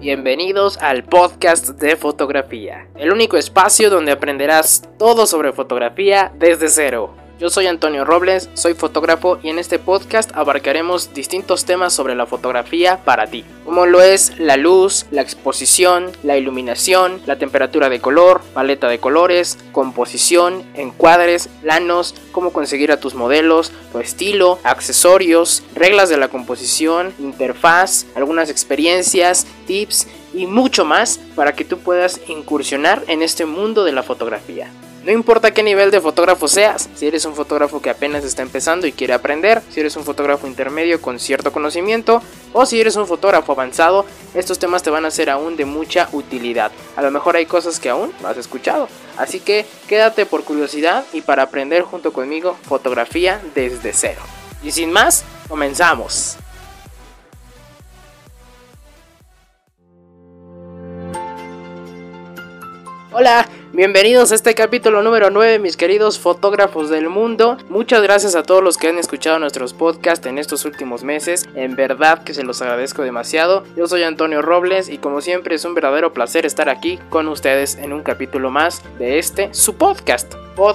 Bienvenidos al podcast de fotografía, el único espacio donde aprenderás todo sobre fotografía desde cero. Yo soy Antonio Robles, soy fotógrafo y en este podcast abarcaremos distintos temas sobre la fotografía para ti, como lo es la luz, la exposición, la iluminación, la temperatura de color, paleta de colores, composición, encuadres, planos, cómo conseguir a tus modelos, tu estilo, accesorios, reglas de la composición, interfaz, algunas experiencias, tips y mucho más para que tú puedas incursionar en este mundo de la fotografía. No importa qué nivel de fotógrafo seas, si eres un fotógrafo que apenas está empezando y quiere aprender, si eres un fotógrafo intermedio con cierto conocimiento o si eres un fotógrafo avanzado, estos temas te van a ser aún de mucha utilidad. A lo mejor hay cosas que aún no has escuchado, así que quédate por curiosidad y para aprender junto conmigo fotografía desde cero. Y sin más, comenzamos. Hola, bienvenidos a este capítulo número 9, mis queridos fotógrafos del mundo. Muchas gracias a todos los que han escuchado nuestros podcasts en estos últimos meses. En verdad que se los agradezco demasiado. Yo soy Antonio Robles y como siempre es un verdadero placer estar aquí con ustedes en un capítulo más de su podcast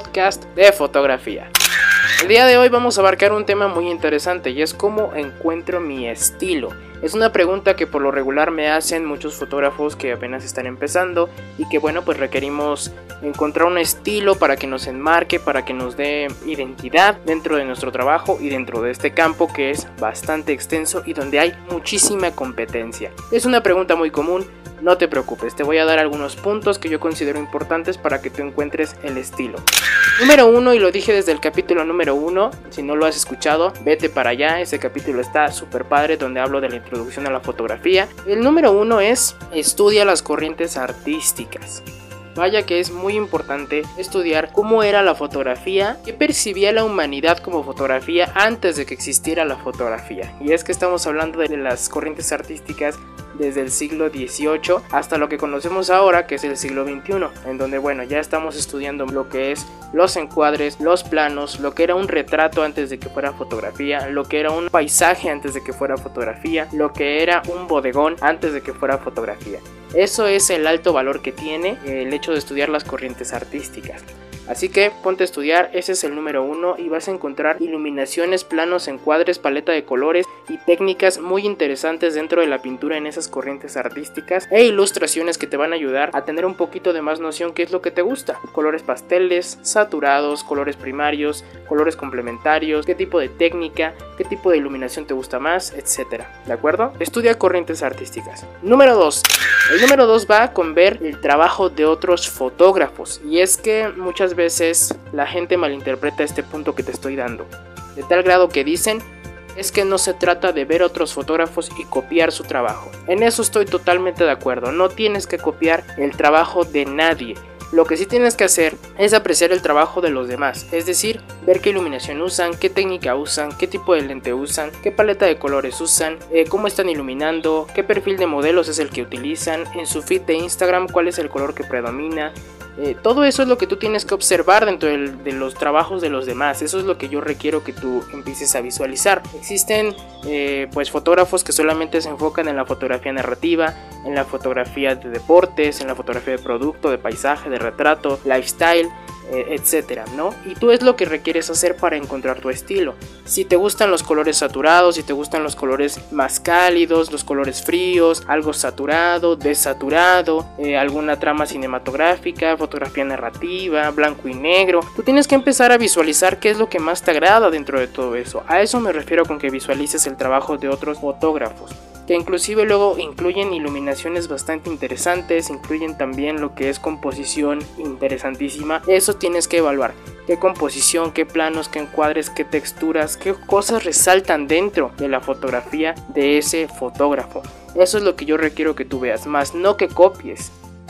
de fotografía. El día de hoy vamos a abarcar un tema muy interesante y es cómo encuentro mi estilo. Es una pregunta que por lo regular me hacen muchos fotógrafos que apenas están empezando y que pues requerimos encontrar un estilo para que nos enmarque, para que nos dé identidad dentro de nuestro trabajo y dentro de este campo que es bastante extenso y donde hay muchísima competencia. Es una pregunta muy común. No te preocupes, te voy a dar algunos puntos que yo considero importantes para que tú encuentres el estilo. Número 1, y lo dije desde el capítulo número 1, si no lo has escuchado, vete para allá, ese capítulo está súper padre donde hablo de la introducción a la fotografía. El número 1 es, estudia las corrientes artísticas. Vaya que es muy importante estudiar cómo era la fotografía, qué percibía la humanidad como fotografía antes de que existiera la fotografía. Y es que estamos hablando de las corrientes artísticas desde el siglo XVIII hasta lo que conocemos ahora, que es el siglo XXI, en donde ya estamos estudiando lo que es los encuadres, los planos, lo que era un retrato antes de que fuera fotografía, lo que era un paisaje antes de que fuera fotografía, lo que era un bodegón antes de que fuera fotografía. Eso es el alto valor que tiene el hecho de estudiar las corrientes artísticas. Así que ponte a estudiar, ese es el número 1 y vas a encontrar iluminaciones, planos, encuadres, paleta de colores y técnicas muy interesantes dentro de la pintura en esas corrientes artísticas e ilustraciones que te van a ayudar a tener un poquito de más noción qué es lo que te gusta. Colores pasteles, saturados, colores primarios, colores complementarios, qué tipo de técnica, qué tipo de iluminación te gusta más, etcétera. ¿De acuerdo? Estudia corrientes artísticas. Número 2. El número 2 va con ver el trabajo de otros fotógrafos y es que muchas veces la gente malinterpreta este punto que te estoy dando, de tal grado que dicen es que no se trata de ver otros fotógrafos y copiar su trabajo. En eso estoy totalmente de acuerdo, no tienes que copiar el trabajo de nadie. Lo que sí tienes que hacer es apreciar el trabajo de los demás, es decir, ver qué iluminación usan, qué técnica usan, qué tipo de lente usan, qué paleta de colores usan, cómo están iluminando, qué perfil de modelos es el que utilizan, en su feed de Instagram cuál es el color que predomina. Todo eso es lo que tú tienes que observar dentro de los trabajos de los demás. Eso es lo que yo requiero que tú empieces a visualizar. Existen fotógrafos que solamente se enfocan en la fotografía narrativa, en la fotografía de deportes, en la fotografía de producto, de paisaje, de retrato, lifestyle, etcétera, ¿no? Y tú es lo que requieres hacer para encontrar tu estilo. Si te gustan los colores saturados, si te gustan los colores más cálidos, los colores fríos, algo saturado, desaturado, alguna trama cinematográfica, fotografía narrativa, blanco y negro, tú tienes que empezar a visualizar qué es lo que más te agrada dentro de todo eso. A eso me refiero con que visualices el trabajo de otros fotógrafos, que inclusive luego incluyen iluminaciones bastante interesantes, incluyen también lo que es composición interesantísima. Eso tienes que evaluar, qué composición, qué planos, qué encuadres, qué texturas, qué cosas resaltan dentro de la fotografía de ese fotógrafo. Eso es lo que yo requiero que tú veas, más no que copies.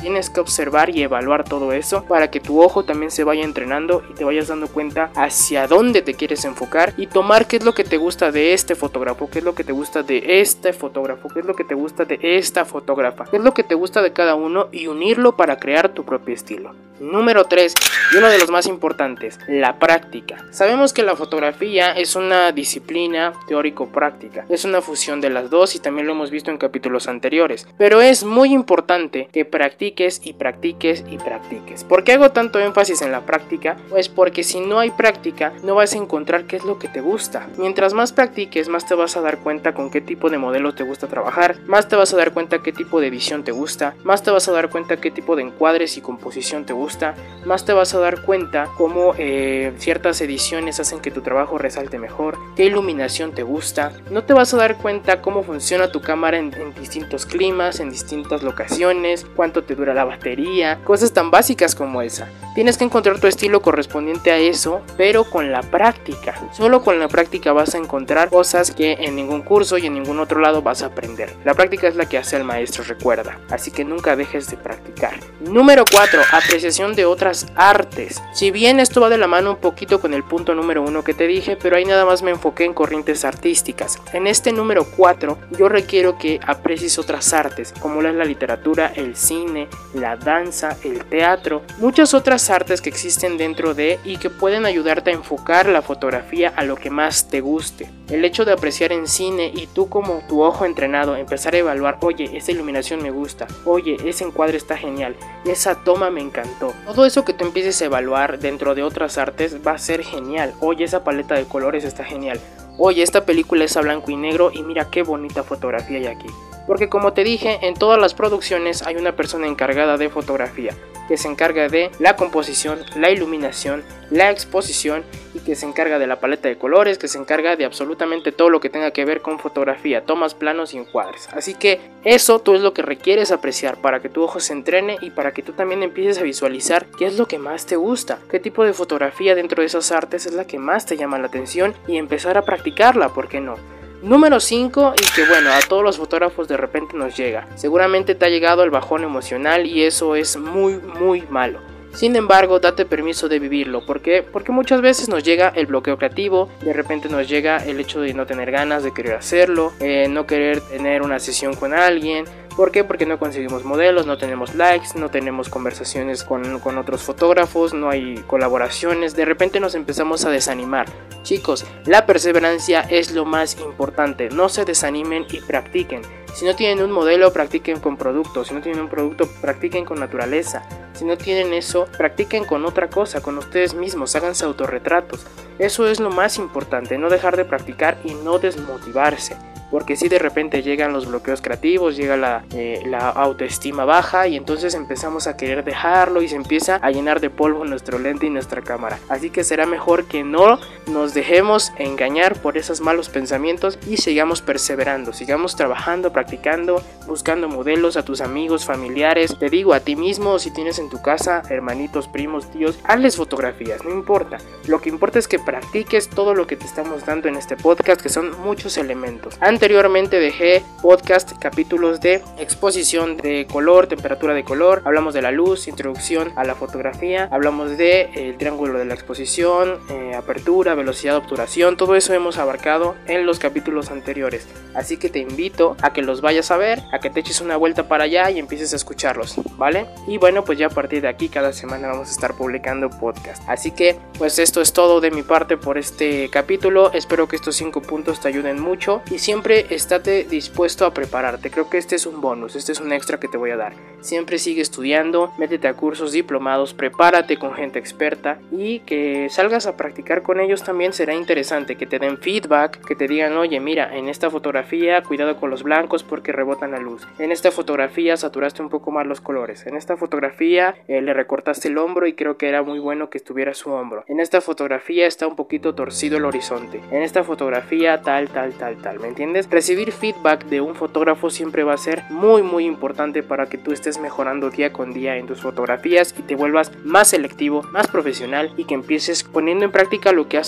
Tienes que observar y evaluar todo eso para que tu ojo también se vaya entrenando y te vayas dando cuenta hacia dónde te quieres enfocar y tomar qué es lo que te gusta de este fotógrafo, qué es lo que te gusta de este fotógrafo, qué es lo que te gusta de esta fotógrafa, qué es lo que te gusta de cada uno y unirlo para crear tu propio estilo. Número 3, y uno de los más importantes, la práctica. Sabemos que la fotografía es una disciplina teórico-práctica, es una fusión de las dos y también lo hemos visto en capítulos anteriores, pero es muy importante que practiques y practiques y practiques. ¿Por qué hago tanto énfasis en la práctica? Pues porque si no hay práctica, no vas a encontrar qué es lo que te gusta. Mientras más practiques, más te vas a dar cuenta con qué tipo de modelo te gusta trabajar, más te vas a dar cuenta qué tipo de edición te gusta, más te vas a dar cuenta qué tipo de encuadres y composición te gusta, más te vas a dar cuenta cómo ciertas ediciones hacen que tu trabajo resalte mejor, qué iluminación te gusta. No te vas a dar cuenta cómo funciona tu cámara en distintos climas, en distintas locaciones, cuánto te dura la batería, cosas tan básicas como esa. Tienes que encontrar tu estilo correspondiente a eso, pero con la práctica. Solo con la práctica vas a encontrar cosas que en ningún curso y en ningún otro lado vas a aprender. La práctica es la que hace al maestro, recuerda. Así que nunca dejes de practicar. Número 4. Apreciación de otras artes. Si bien esto va de la mano un poquito con el punto número 1 que te dije, pero ahí nada más me enfoqué en corrientes artísticas. En este número 4 yo requiero que aprecies otras artes, como la literatura, el cine, la danza, el teatro, muchas otras artes que existen dentro de y que pueden ayudarte a enfocar la fotografía a lo que más te guste. El hecho de apreciar en cine y tú como tu ojo entrenado empezar a evaluar, oye, esa iluminación me gusta, oye, ese encuadre está genial, esa toma me encantó. Todo eso que tú empieces a evaluar dentro de otras artes va a ser genial. Oye, esa paleta de colores está genial. Oye, esta película es a blanco y negro y mira qué bonita fotografía hay aquí. Porque como te dije, en todas las producciones hay una persona encargada de fotografía, que se encarga de la composición, la iluminación, la exposición y que se encarga de la paleta de colores, que se encarga de absolutamente todo lo que tenga que ver con fotografía, tomas, planos y encuadres. Así que eso tú es lo que requieres apreciar para que tu ojo se entrene y para que tú también empieces a visualizar qué es lo que más te gusta, qué tipo de fotografía dentro de esas artes es la que más te llama la atención y empezar a practicarla, ¿por qué no? Número 5, y que bueno, a todos los fotógrafos de repente nos llega. Seguramente te ha llegado el bajón emocional y eso es muy malo. Sin embargo, date permiso de vivirlo. ¿Por qué? Porque muchas veces nos llega el bloqueo creativo, de repente nos llega el hecho de no tener ganas de querer hacerlo, no querer tener una sesión con alguien. ¿Por qué? Porque no conseguimos modelos, no tenemos likes, no tenemos conversaciones con otros fotógrafos, no hay colaboraciones, de repente nos empezamos a desanimar. Chicos, la perseverancia es lo más importante, no se desanimen y practiquen. Si no tienen un modelo, practiquen con productos, si no tienen un producto, practiquen con naturaleza. Si no tienen eso, practiquen con otra cosa, con ustedes mismos, háganse autorretratos. Eso es lo más importante, no dejar de practicar y no desmotivarse. Porque si de repente llegan los bloqueos creativos, llega la autoestima baja y entonces empezamos a querer dejarlo y se empieza a llenar de polvo nuestro lente y nuestra cámara. Así que será mejor que no nos dejemos engañar por esos malos pensamientos y sigamos perseverando, sigamos trabajando, practicando, buscando modelos a tus amigos, familiares, te digo a ti mismo, si tienes en tu casa hermanitos, primos, tíos, hazles fotografías, no importa. Lo que importa es que practiques todo lo que te estamos dando en este podcast, que son muchos elementos. Anteriormente dejé podcast, capítulos de exposición de color, temperatura de color, hablamos de la luz, introducción a la fotografía, hablamos de el triángulo de la exposición, apertura, velocidad, obturación, todo eso hemos abarcado en los capítulos anteriores. Así que te invito a que los vayas a ver, a que te eches una vuelta para allá y empieces a escucharlos, ¿vale? Y bueno, pues ya a partir de aquí cada semana vamos a estar publicando podcast. Así que pues esto es todo de mi parte por este capítulo. Espero que estos 5 puntos te ayuden mucho y siempre estate dispuesto a prepararte. Creo que este es un bonus, este es un extra que te voy a dar. Siempre sigue estudiando, métete a cursos diplomados, prepárate con gente experta y que salgas a practicar con ellos también será interesante, que te den feedback, que te digan, oye mira, en esta fotografía cuidado con los blancos porque rebotan la luz, en esta fotografía saturaste un poco más los colores, en esta fotografía le recortaste el hombro y creo que era muy bueno que estuviera su hombro, en esta fotografía está un poquito torcido el horizonte, en esta fotografía tal, ¿me entiendes? Recibir feedback de un fotógrafo siempre va a ser muy importante para que tú estés mejorando día con día en tus fotografías y te vuelvas más selectivo, más profesional y que empieces poniendo en práctica lo que has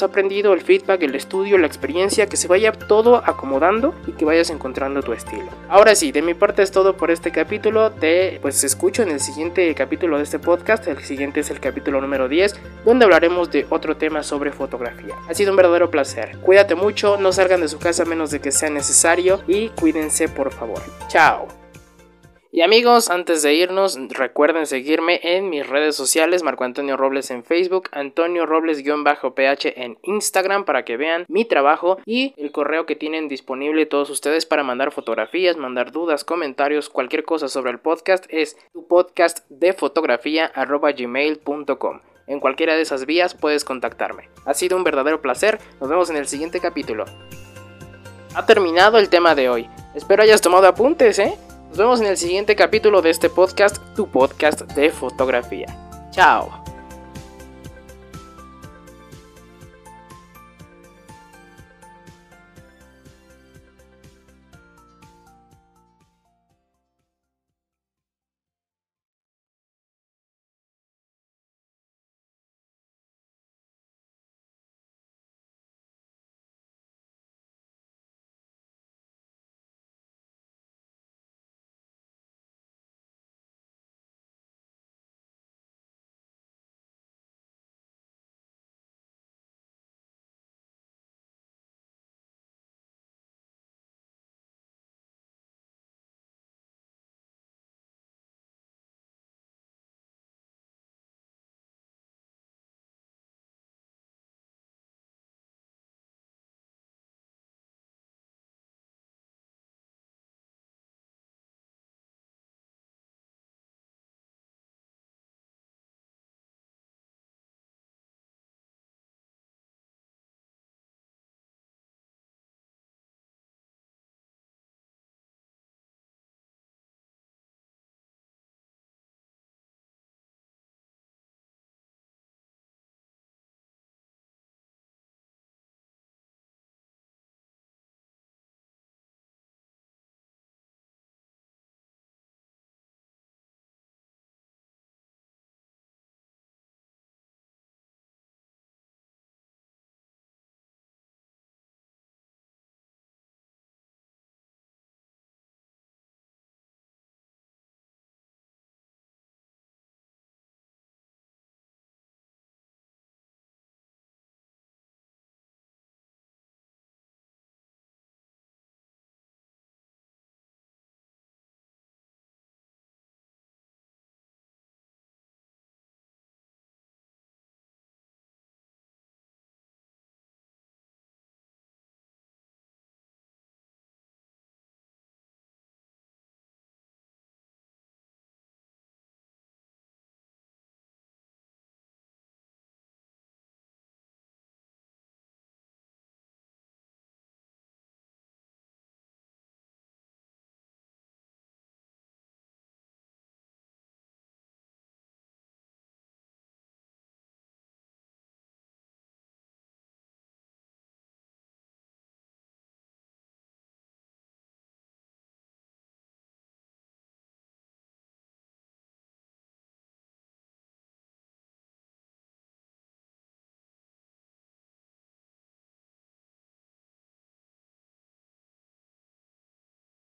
has aprendido, el feedback, el estudio, la experiencia, que se vaya todo acomodando y que vayas encontrando tu estilo. Ahora sí, de mi parte es todo por este capítulo. Te escucho en el siguiente capítulo de este podcast. El siguiente es el capítulo número 10, donde hablaremos de otro tema sobre fotografía. Ha sido un verdadero placer. Cuídate mucho, no salgan de su casa a menos de que sea necesario y cuídense por favor. Chao. Y amigos, antes de irnos, recuerden seguirme en mis redes sociales, Marco Antonio Robles en Facebook, Antonio Robles-PH en Instagram para que vean mi trabajo y el correo que tienen disponible todos ustedes para mandar fotografías, mandar dudas, comentarios, cualquier cosa sobre el podcast es tupodcastdefotografia@gmail.com. En cualquiera de esas vías puedes contactarme. Ha sido un verdadero placer, nos vemos en el siguiente capítulo. Ha terminado el tema de hoy, espero hayas tomado apuntes, Nos vemos en el siguiente capítulo de este podcast, tu podcast de fotografía. Chao.